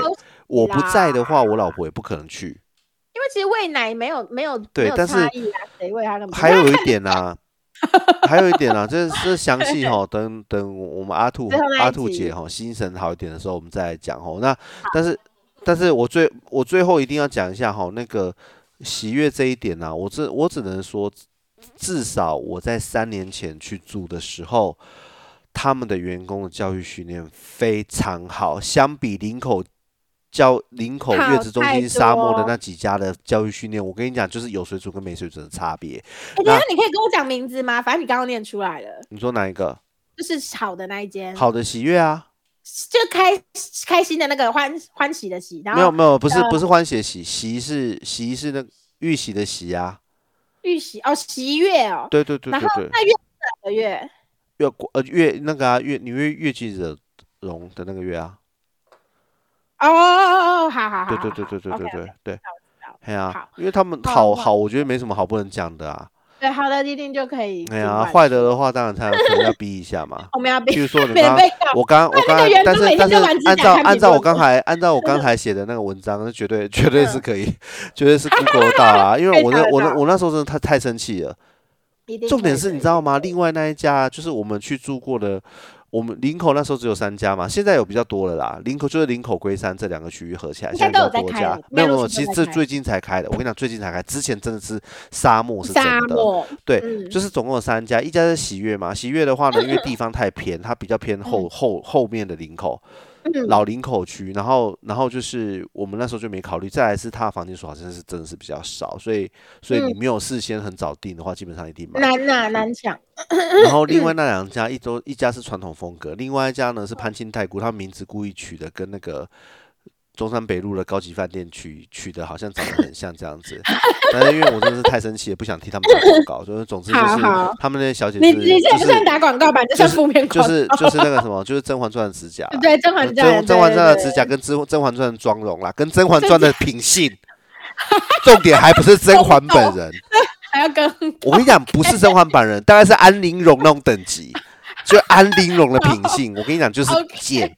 我不在的话，我老婆也不可能去， 因为其实喂奶没有没有对，但是谁喂他干嘛？ 还有一点啊，还有一点啊，这这详细哈，等等我们阿兔阿兔姐哈心神好一点的时候，我们再来讲哈。那但是但是我最我最后一定要讲一下哈，那个喜悦这一点啊，我只我只能说，至少我在三年前去住的时候。他们的员工的教育训练非常好，相比林口教林口月子中心沙漠的那几家的教育训练，我跟你讲，就是有水准跟没水准的差别。 哎、欸，等一下你可以跟我讲名字吗？反正你刚刚念出来了。 你说哪一个？ 就是好的那一间。 好的喜悦啊， 就开开心的那个欢欢喜的喜。然后没有没有，不是不是欢喜的喜，喜是喜是那玉喜的喜啊。 玉喜哦，喜悦哦。 对对对对对。 然后那月哪个月？ 月呃月那个啊月你月月季惹荣的那个月啊。 哦哦哦，好好好。 对对对对对对对对。 哎呀，因为他们好好，我觉得没什么好不能讲的啊。 对，好的一定就可以。 哎呀，坏的的话当然他可能要逼一下嘛。 我们要逼。 比如说你刚我刚我刚但是但是按照按照我刚才按照我刚才写的那个文章，那绝对绝对是可以，绝对是 Google 到啊。因为我那我那我那时候真的太太生气了。重点是你知道吗？另外那一家就是我们去住过的，我们林口那时候只有三家嘛，现在有比较多了啦。林口就是林口龟山这两个区域合起来，现在比较多家。没有没有，其实这最近才开的。我跟你讲，最近才开，之前真的是沙漠是真的。对，嗯、就是总共有三家，一家是喜悦嘛。喜悦的话呢，因为地方太偏，它比较偏后后后面的林口。老林口区，然后，然后就是我们那时候就没考虑。再来是他的房间数好像是真的是比较少，所以，所以你没有事先很早订的话，基本上一定买难呐难抢。 然后另外那两家，一周一家是传统风格，另外一家呢是潘庆太古，他名字故意取的跟那个中山北路的高级饭店取取的好像长得很像这样子。但是因为我真的是太生气了，不想替他们打广告，所以总之就是他们那些小姐是， 你你这不算打广告吧？这算负面广告。 就是就是那个什么，就是《甄嬛传》的指甲。 对，《甄嬛传》。 甄嬛传的指甲跟《甄嬛传》的妆容啦，跟《甄嬛传》的品性。重点还不是甄嬛本人， 还要跟。 我跟你讲，不是甄嬛本人，大概是安陵容那种等级，就安陵容的品性。我跟你讲，就是贱。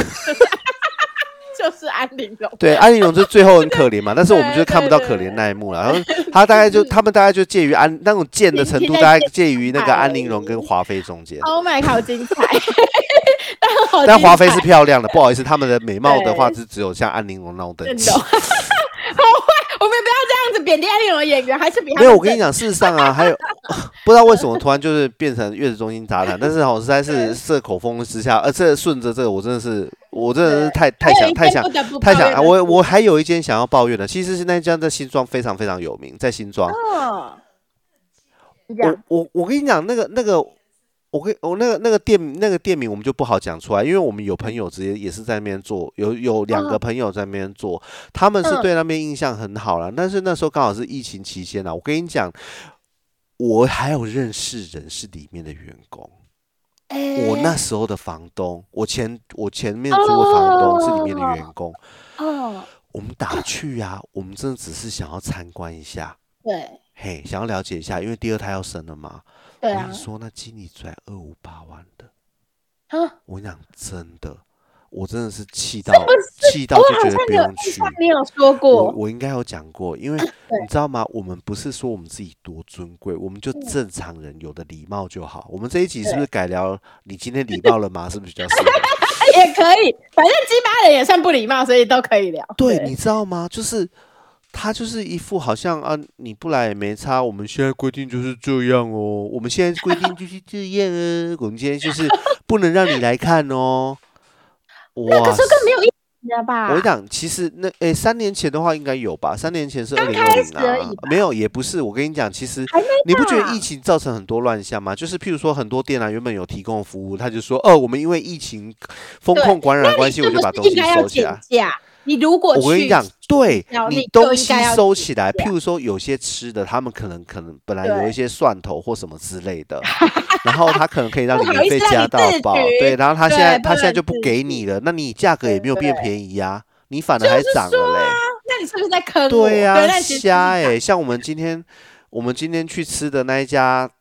就是安陵容， 对，安陵容就是最后很可怜嘛，但是我们就看不到可怜那一幕了。然后他大概就他们大概就介于安那种贱的程度，大概介于那个安陵容跟华妃中间。 Oh my god， 好精彩！ 但, 但华妃是漂亮的，不好意思，他们的美貌的话是只有像安陵容那种等级。 好坏，我们不要这样子贬低安陵容的演员，还是比他没有。我跟你讲，事实上啊，还有不知道为什么突然就是变成月子中心杂谈，但是好实在是社口风之下，而这顺着这个，我真的是。我真的是太太想太想太想，我我还有一间想要抱怨的，其实是那家在新庄非常非常有名，在新庄。 哦、 我我我跟你讲，那个那个，我跟我那个那个店那个店名我们就不好讲出来，因为我们有朋友直接也是在那边做，有有两个朋友在那边做，他们是对那边印象很好啦。但是那时候刚好是疫情期间啊，我跟你讲，我还有认识人是里面的员工。我那时候的房东，我前我前面租的房东是里面的员工。 哦， 我们打去啊，我们真的只是想要参观一下。 对， 嘿，想要了解一下，因为第二胎要生了嘛。 对啊。 我跟你说，那经理拽二五八万的。 啊！ 我跟你讲，真的。我真的是气到气到就觉得不用去。 你有说过， 我我应该有讲过，因为你知道吗？我们不是说我们自己多尊贵，我们就正常人有的礼貌就好。我们这一集是不是改聊你今天礼貌了吗？是不是比较适合？ 也可以，反正鸡巴人也算不礼貌，所以都可以聊。 对，你知道吗？就是他就是一副好像啊，你不来也没差。我们现在规定就是这样哦，我们现在规定就是这样啊。我们今天就是不能让你来看哦。 那个时候更没有意思了吧？ 我跟你讲，其实那诶，三年前的话应该有吧？三年前是二零二零啊，没有也不是。我跟你讲，其实你不觉得疫情造成很多乱象吗？就是譬如说，很多店啊原本有提供服务，他就说哦，我们因为疫情风控感染的关系，我就把东西收起来。 你如果我跟你讲，对你东西收起来，譬如说有些吃的，他们可能可能本来有一些蒜头或什么之类的，然后他可能可以让你免费加到饱，对，然后他现在他现在就不给你了，那你价格也没有变便宜呀，你反而还涨了嘞。 那你是不是在坑我？ 对呀，瞎哎！像我们今天我们今天去吃的那一家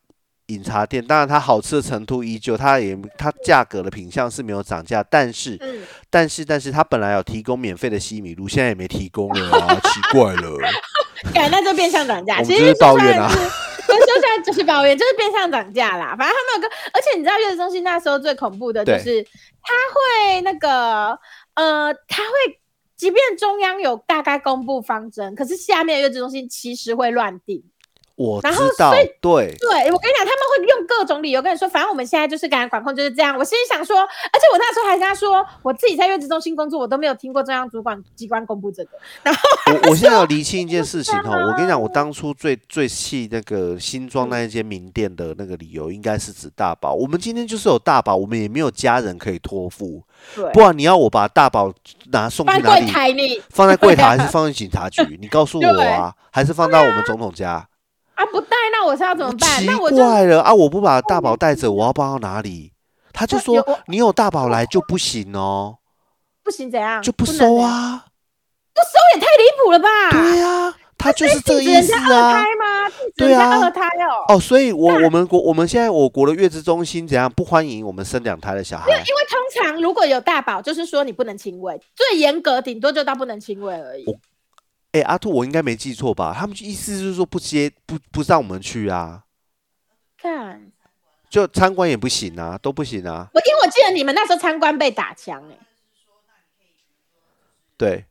饮茶店，当然它好吃的程度依旧，它也它价格的品项是没有涨价，但是、嗯、但是但是它本来有提供免费的西米露，现在也没提供了啊，奇怪了。 改那就变相涨价， 我们就是抱怨啊。 跟说现在就是抱怨，就是变相涨价啦。反正他们有个，而且你知道月子中心那时候最恐怖的就是他会那个呃，他会即便中央有大概公布方针，可是下面的月子中心其实会乱定。 我知道，对对，我跟你讲，他们会用各种理由跟你说，反正我们现在就是感染管控就是这样。我心里想说，而且我那时候还跟他说，我自己在月子中心工作，我都没有听过中央主管机关公布这个。然后我我现在要厘清一件事情哈，我跟你讲，我当初最最气那个新庄那一间名店的那个理由，应该是指大宝。我们今天就是有大宝，我们也没有家人可以托付，不然你要我把大宝拿送去哪里？放在柜台还是放在警察局？你告诉我啊，还是放到我们总统家？ 啊，不带那我是要怎么办？ 奇怪了啊！我不把大宝带着，我要放到哪里？他就说你有大宝来就不行哦， 不行怎样？ 就不收啊！ 不收也太离谱了吧？ 对啊，他就是这个意思啊。 对啊，二胎哦。 哦，所以我我们国我们现在我国的月子中心怎样不欢迎我们生两胎的小孩？ 因为通常如果有大宝，就是说你不能亲喂，最严格顶多就到不能亲喂而已。 哎、欸，阿兔，我应该没记错吧？他们意思就是说不接不不让我们去啊， 看， 就参观也不行啊，都不行啊。 我因为我记得你们那时候参观被打枪哎、欸， 对，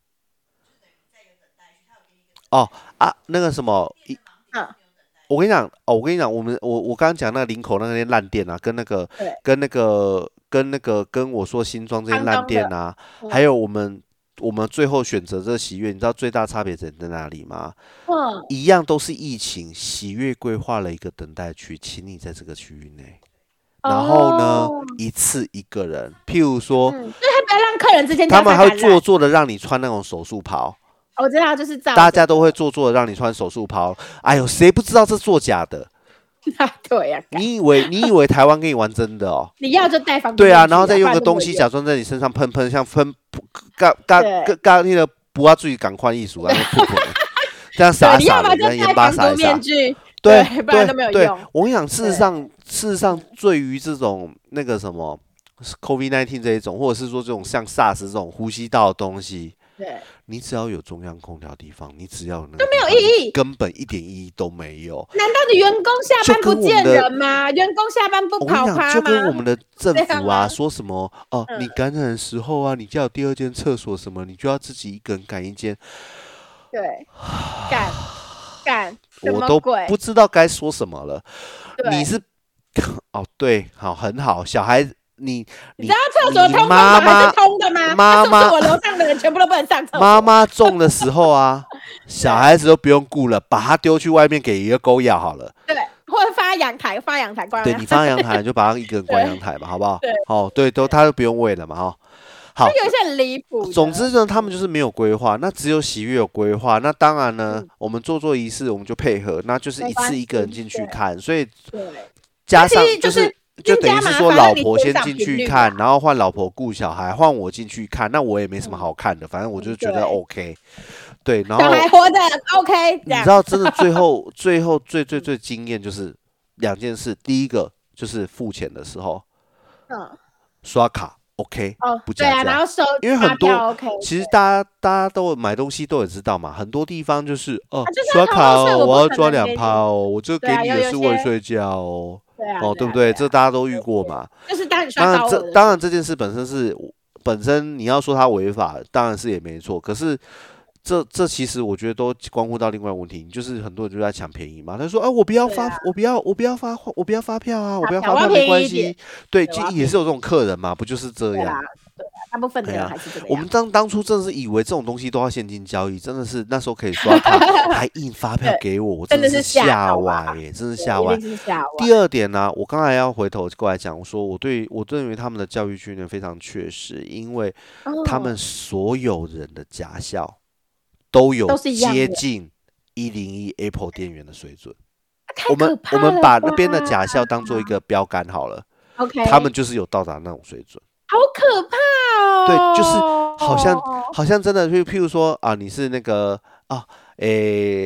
哦啊，那个什么，嗯，我跟你讲哦，我跟你讲，我们我我刚刚讲那个林口那间烂店啊，跟那个跟那个跟那个跟我说新庄这间烂店啊，嗯、还有我们。我们最后选择这喜悦，你知道最大差别在哪里吗？嗯，一样都是疫情，喜悦规划了一个等待区，请你在这个区域内，然后呢，哦、一次一个人，譬如说，嗯， 所以他不要让客人之间， 他们还会做作的让你穿那种手术袍。 我知道，就是大家都会做作的让你穿手术袍。哎呦，谁不知道这作假的？ 对呀、啊， 你以为你以为台湾跟你玩真的哦？ 你要就带防对啊，然后再用个东西假装在你身上喷喷，像喷嘎嘎嘎嘎那个不要注意赶快艺术啊，这样傻傻的，跟盐巴撒一撒。 对，不然都没有用。 我跟你讲，事实上，事实上，对于这种那个什么 COVID 十九 这一种，或者是说这种像 SARS 这种呼吸道的东西。对，你只要有中央空调的地方，你只要有那个都没有意义， 根本一点意义都没有。 难道你员工下班不见人吗？员工下班不跑趴吗？ 就跟我们的政府啊说什么哦、呃嗯，你感染的时候啊，你家有第二间厕所什么，你就要自己一个人赶一间。 对，赶赶， 我都不知道该说什么了。你是哦，对，好，很好，小孩。你你知道厕所通妈妈是通的吗？妈妈，我楼上的人全部都不能上厕所。 妈妈中的时候啊，小孩子都不用顾了，把他丢去外面给一个狗咬好了。 对，或者放在阳台，放阳台关。 对你放在阳台，就把他一个人关阳台嘛，好不好？对，哦，对，都他都不用喂了嘛，哈。好， 有一些很离谱。 总之呢，他们就是没有规划，那只有喜悦有规划。那当然呢，嗯、我们做做仪式，我们就配合，那就是一次一个人进去看，所以加上就是。就等于是说，老婆先进去看，然后换老婆顾小孩，换我进去看，那我也没什么好看的，反正我就觉得 OK。对，然后小孩活着 OK。 你知道，真的最后最后最最最惊艳就是两件事，第一个就是付钱的时候，嗯，刷卡 OK， 哦， 不加价， 对啊，然后收， 因为很多 OK， 其实大家大家都买东西都有知道嘛，很多地方就是哦，刷卡哦，我要抓两趴哦，我这给你的是未税价哦。 对啊， 哦，对不对？这大家都遇过嘛。 就是当当然这当然这件事本身是本身你要说它违法，当然是也没错。可是这这其实我觉得都关乎到另外一个问题，就是很多人就在抢便宜嘛。他说：“哎、啊，我不要发，我不要，我不要发，我不要发票啊，我不要发票没关系。”对，就也是有这种客人嘛，不就是这样？ 对啊，大部分的人还是这样。 我们当当初真的是以为这种东西都要现金交易，真的是那时候可以刷卡，还印发票给我，我真的是吓歪耶，真是吓歪。第二点呢、啊，我刚才要回头过来讲，我说我对我认为他们的教育训练非常确实，因为他们所有人的假校都有接近一零一 Apple 店员的水准。我们我们把那边的假校当做一个标杆好了 ，OK， 他们就是有到达那种水准。 好可怕哦！ 对，就是好像好像真的，就譬如说啊，你是那个啊，诶、欸，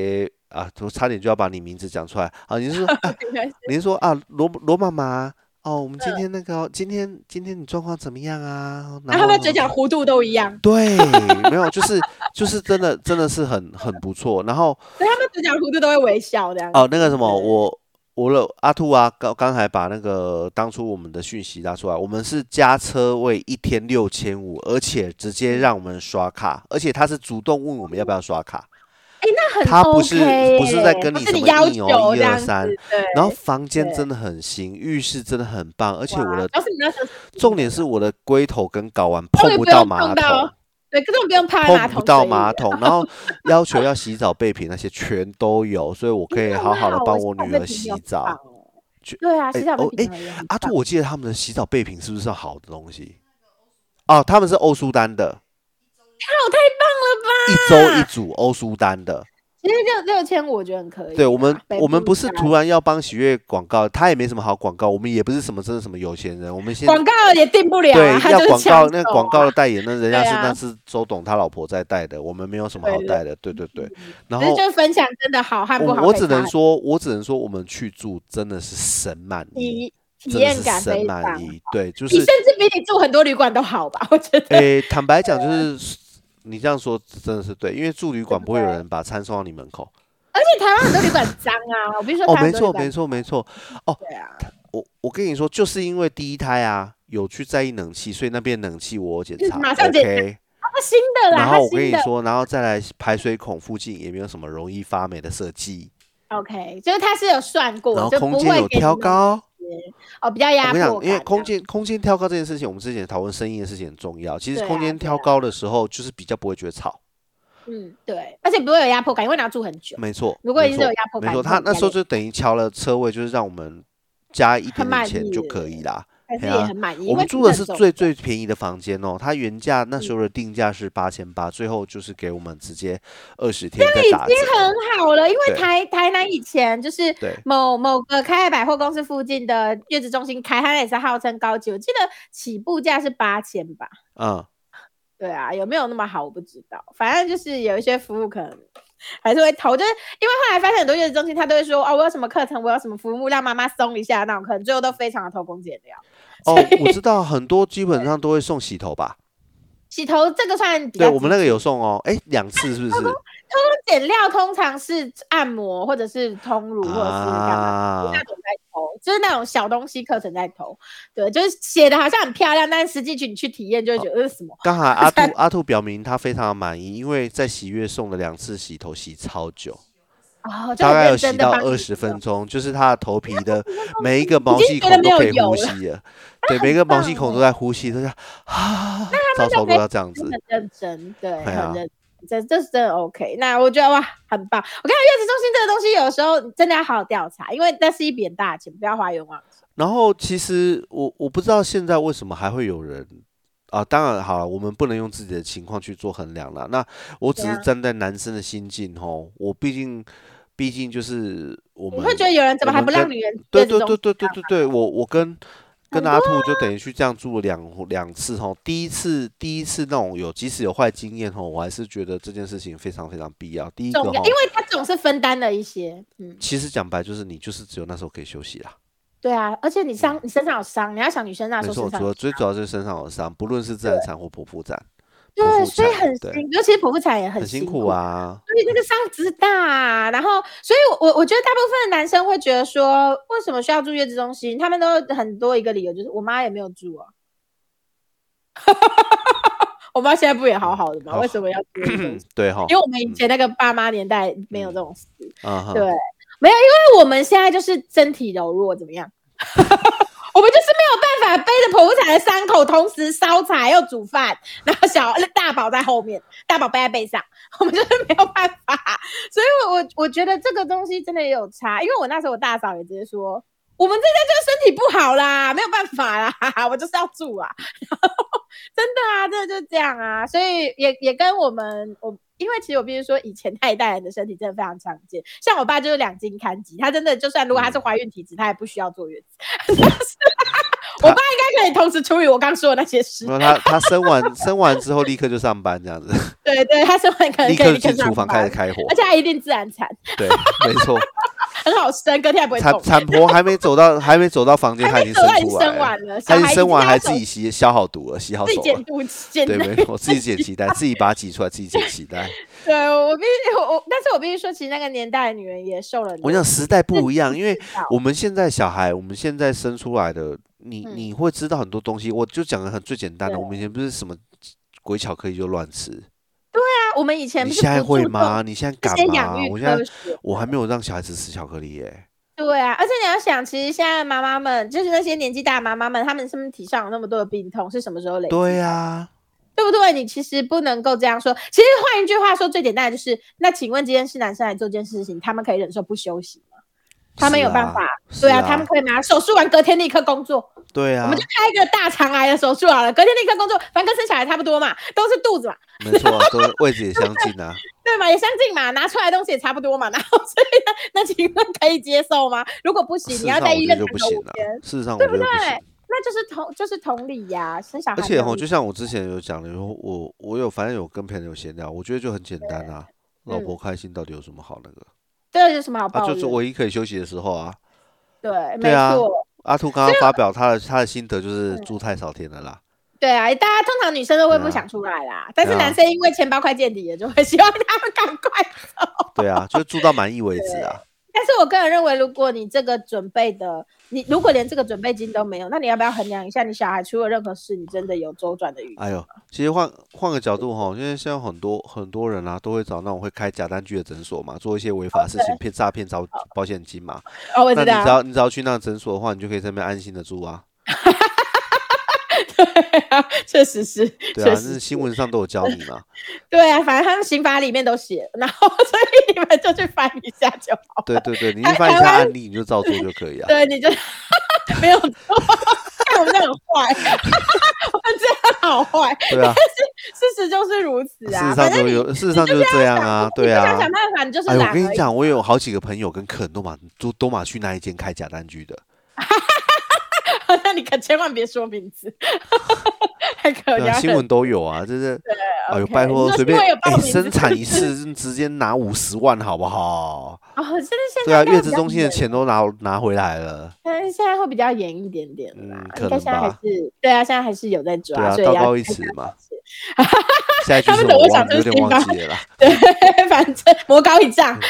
啊，我差点就要把你名字讲出来啊！你是说，啊、你是说啊，罗罗妈妈哦，我们今天那个、嗯、今天今天你状况怎么样啊？ 然后他们嘴角弧度都一样。 对，没有，就是就是真的真的是很很不错。然后， 所以他们嘴角弧度都会微笑这样。 哦，那个什么，我我了阿兔啊，刚刚才把那个当初我们的讯息拉出来，我们是加车位一天六千五，而且直接让我们刷卡，而且他是主动问我们要不要刷卡。 哎、欸，那很 OK 他不是不是在跟你什么硬哦一二三，然后房间真的很新，浴室真的很棒，而且我的重点是我的龟头跟睾丸碰不到马桶， 对，根本不用拍马桶， 碰不到马桶，然后要求要洗澡备品那些全都有，所以我可以好好的帮我女儿洗澡。 对啊，洗澡备品哎，阿兔，我记得他们的洗澡备品是不是好的东西？哦，他们是欧舒丹的。 太棒了吧！ 一周一组欧舒丹的， 其实六六千我觉得很可以。 对我们，我们不是突然要帮喜悦广告，他也没什么好广告，我们也不是什么真的什么有钱人，我们先广告也定不了、啊， 对，要广告、 啊、 那广告的代言，那人家是、啊、那是周董他老婆在带的，我们没有什么好带的，对对 对, 对。然后就分享真的好和不好我，我只能说，我只能说，我们去住真的是神满意。 体验感非常满意，对，就是你甚至比你住很多旅馆都好吧？我觉得。 诶、欸，坦白讲，就是你这样说真的是对，因为住旅馆不会有人把餐送到你门口， 而且台湾很多旅馆脏啊，我必须说。 哦，没错，没错，没错。哦， 对啊， 我我跟你说，就是因为第一胎啊有去在意冷气，所以那边冷气我有检查， 马上检查。 OK， 它新的啦， 然后我跟你说，然后再来排水孔附近也没有什么容易发霉的设计。 OK， 就是它是有算过， 然后空间有挑高。 哦，比较压迫感。 我跟你讲，因为空间空间挑高这件事情，我们之前讨论声音的事情很重要。其实空间挑高的时候，就是比较不会觉得吵。 嗯，对，而且不会有压迫感，因为你要住很久。 没错， 如果一直有压迫感， 没错，他那时候就等于敲了车位，就是让我们加一点点钱就可以啦。 还是也很满意。 我们住的是最最便宜的房间哦，它原价那时候的定价是八千八，最后就是给我们直接二十天再打折， 已经很好了。因为台台南以前就是某某个开百货公司附近的月子中心开，它也是号称高级，我记得起步价是八千吧。 嗯， 对啊，有没有那么好我不知道，反正就是有一些服务可能还是会投，就是因为后来发现很多月子中心他都会说哦，我有什么课程，我有什么服务让妈妈松一下那种，可能最后都非常的偷工减料。 哦，我知道很多基本上都会送洗头吧， 洗头这个算比较， 对我们那个有送哦，哎，两次是不是？偷工减料通常是按摩或者是通乳或者是干嘛，那种在投，就是那种小东西课程在投，对，就是写的好像很漂亮，但是实际去你去体验就会觉得是什么。 刚才阿兔阿兔表明他非常的满意，因为在喜悦送了两次洗头，洗超久。 哦、 大概有洗到二十分钟，就是他的头皮的每一个毛细孔都可以呼吸了，对，每个毛细孔都在呼吸，都在啊，早早都要这样子， 很认真，对，很认真，这是真的 OK。那我觉得哇，很棒。我看月子中心这个东西，有时候真的要好好调查，因为那是一笔很大的钱，不要花冤枉钱。 然后其实我我不知道现在为什么还会有人。啊，当然好了，我们不能用自己的情况去做衡量了。那我只是站在男生的心境吼，我毕竟，毕竟就是我们。 你会觉得有人怎么还不让女人？ 对对对对对对对，我我跟跟阿兔就等于去这样住了两两次吼。第一次第一次那种有即使有坏经验吼，我还是觉得这件事情非常非常必要。第一个吼，因为他总是分担了一些。嗯， 其实讲白就是你就是只有那时候可以休息啦。 对啊，而且你伤，你身上有伤，你要想女生那时候身上有伤。没错，最主要就是身上有伤，不论是自然产或剖腹产。 对，所以很辛苦，尤其是剖腹产也很辛苦啊。 所以那个伤之大、啊，然后，所以我我觉得大部分的男生会觉得说，为什么需要住月子中心？他们都很多一个理由，就是我妈也没有住啊。我妈现在不也好好的吗？为什么要住月子中心？ 对哈， 因为我们以前那个爸妈年代没有这种事。 嗯、 对。没有，因为我们现在就是身体柔弱，怎么样？我们就是没有办法背着剖腹产的伤口，同时烧柴又煮饭，然后小大宝在后面，大宝背在背上，我们就是没有办法。所以我，我我觉得这个东西真的也有差，因为我那时候我大嫂也直接说，我们这家就是身体不好啦，没有办法啦，我就是要住啊。真的啊，真的就是这样啊，所以也也跟我们我。因为其实我必须说，以前那一代人的身体真的非常强健，像我爸就是两斤看几，他真的就算如果他是怀孕体质，他也不需要坐月子。 我爸应该可以同时处理我刚说的那些事。 没有他，他生完生完之后立刻就上班这样子。 对对，他生完可能立刻进厨房开始开火， 而且他一定自然产。 对，没错， 很好生，隔天还不会痛。 产产婆还没走到，还没走到房间，他已经生出来了。 他已经生完，还自己洗消好毒了，洗好手了。 自己剪肚脐， 对，没错，自己剪脐带，自己把它挤出来，自己剪脐带。 对，我必须我，但是我必须说，其实那个年代的女人也受了。 我想时代不一样，因为我们现在小孩，我们现在生出来的，你你会知道很多东西。我就讲的很最简单的，我们以前不是什么鬼巧克力就乱吃。 对啊，我们以前你现在会吗？你现在敢吗？我现在我还没有让小孩子吃巧克力耶。 对啊，而且你要想，其实现在妈妈们，就是那些年纪大的妈妈们，她们身体上有那么多的病痛，是什么时候累积？ 对啊。 对不对？你其实不能够这样说。其实换一句话说，最简单的就是，那请问今天是男生来做这件事情，他们可以忍受不休息吗？他们有办法？对啊，他们可以吗？手术完隔天立刻工作。 对啊， 我们就开一个大肠癌的手术好了，隔天立刻工作，反正跟生小孩差不多嘛，都是肚子嘛。 没错，都位置也相近啊。 对嘛，也相近嘛，拿出来的东西也差不多嘛，然后所以呢，那请问可以接受吗？如果不行，你要在医院躺五天， 事实上我对不对？ 那就是同就是同理呀、啊，生小孩。 而且吼，就像我之前有讲的，我我有反正有跟朋友闲聊，我觉得就很简单啊，老婆开心到底有什么好那个？ 对，有什么好抱怨？ 啊，就是唯一可以休息的时候啊。 对， 对啊， 没错。 阿兔刚刚发表他的他的心得，就是猪太少天了啦。 对啊，大家通常女生都会不想出来啦，啊、但是男生因为钱包快见底了，就会希望他们赶快走。 对啊，就住到满意为止啊。 但是我个人认为，如果你这个准备的，你如果连这个准备金都没有，那你要不要衡量一下，你小孩出了任何事，你真的有周转的余地？ 哎呦，其实换换个角度哈，因为现在很多很多人啊，都会找那种会开假单据的诊所嘛，做一些违法事情，骗诈骗找保险金嘛。 哦，我知道。 那你只要你只要去那个诊所的话，你就可以在那边安心的住啊。 对啊，确实是。 对啊，那新闻上都有教你嘛。 对啊，反正他们刑法里面都写，然后所以你们就去翻一下就好了。 对对对，你去翻一下案例，你就照做就可以啊。 对，你就没有错。我们这样很坏，我们这样好坏。 对啊， 但是事实就是如此啊。 事实上就有，事实上就是这样啊。对啊， 想办法，你就是。 哎，我跟你讲，我有好几个朋友跟客人都马都都马去那一间开假单据的。 那你可千万别说名字，太可怜。新闻都有啊，就是哎呦，拜托随便哎，生产一次直接拿五十万，好不好？ 哦，真的现在对啊，月子中心的钱都拿拿回来了。 但是现在会比较严一点点啦， 嗯，可能吧。 对啊，现在还是有在抓， 对啊， 所以道高一尺嘛。下一句是我忘，有点忘记了啦。 对，反正魔高一丈，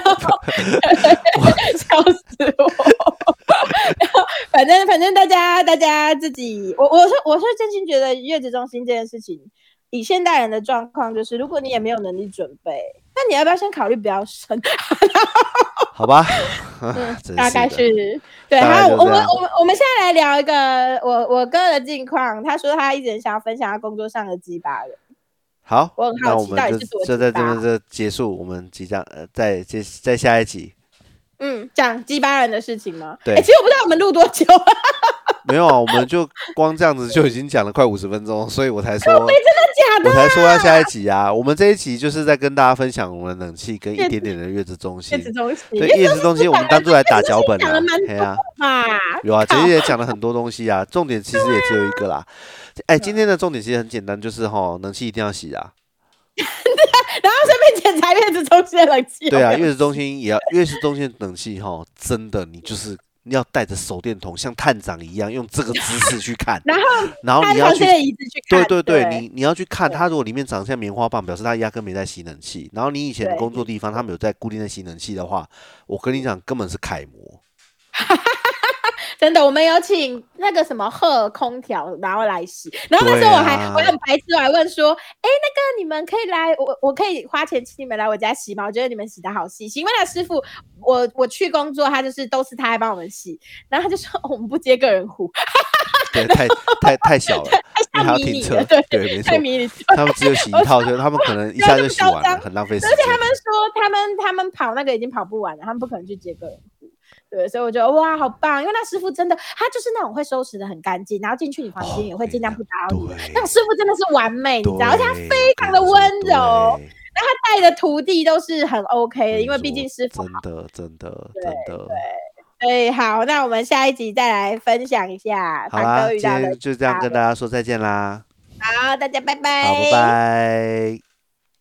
笑死我。反正反正大家大家自己，我我是我是真心觉得月子中心这件事情，以现代人的状况，就是如果你也没有能力准备，那你要不要先考虑不要生？ 好吧， 嗯，大概是对。好，我们我们我们现在来聊一个我我哥的近况。他说他一直很想要分享他工作上的鸡巴人。 好， 我很好奇到底是多鸡巴。 就在这边这结束，我们即将呃再接再下一集。 嗯，讲鸡巴人的事情吗？ 对， 欸、其实我不知道我们录多久。 没有啊，我们就光这样子就已经讲了快五十分钟，所以我才说， 真的假的、 啊？我才说要下一集啊。我们这一集就是在跟大家分享我们的冷气跟一点点的月子中心。 月子中心， 对，月子中心我们当初来打脚本啊，对啊，有啊，其实也讲了很多东西啊。重点其实也只有一个啦。哎、欸，今天的重点其实很简单，就是哈，冷气一定要洗啊。 然后顺便检查月子中心的冷气。 对啊，月子中心也要，月子中心的冷气哈，真的你就是要带着手电筒，像探长一样，用这个姿势去看。 然后， 然后你要去， 去对对对，你你要去看它，如果里面长得像棉花棒，表示它压根没在吸冷气。然后你以前的工作地方，他们有在固定在吸冷气的话，我跟你讲，根本是楷模。 真的，我们有请那个什么赫空调，然后来洗。然后那时候我还、啊、我很白痴，我还问说，哎，那个你们可以来，我我可以花钱请你们来我家洗吗？我觉得你们洗的好细心。因为那师傅，我我去工作，他就是都是他来帮我们洗，然后他就说、哦、我们不接个人户。 对，太太太小了，你还要停车， 对对，没错。 太迷你， 他们只有洗一套，就他们可能一下就洗完了，很浪费时间。 而且他们说，他们他们跑那个已经跑不完了，他们不可能去接个人户。对，所以我觉得哇，好棒！因为那师傅真的，他就是那种会收拾的很干净，然后进去你房间也会尽量不打扰你的。那个师傅真的是完美，你知道，而且他非常的温柔。然后他带的徒弟都是很 OK 的，因为毕竟师傅真的真的真的。 对。 对，好，那我们下一集再来分享一下堂哥遇到的。 好啦，今天就这样跟大家说再见啦。 好，大家拜拜。 好，拜拜。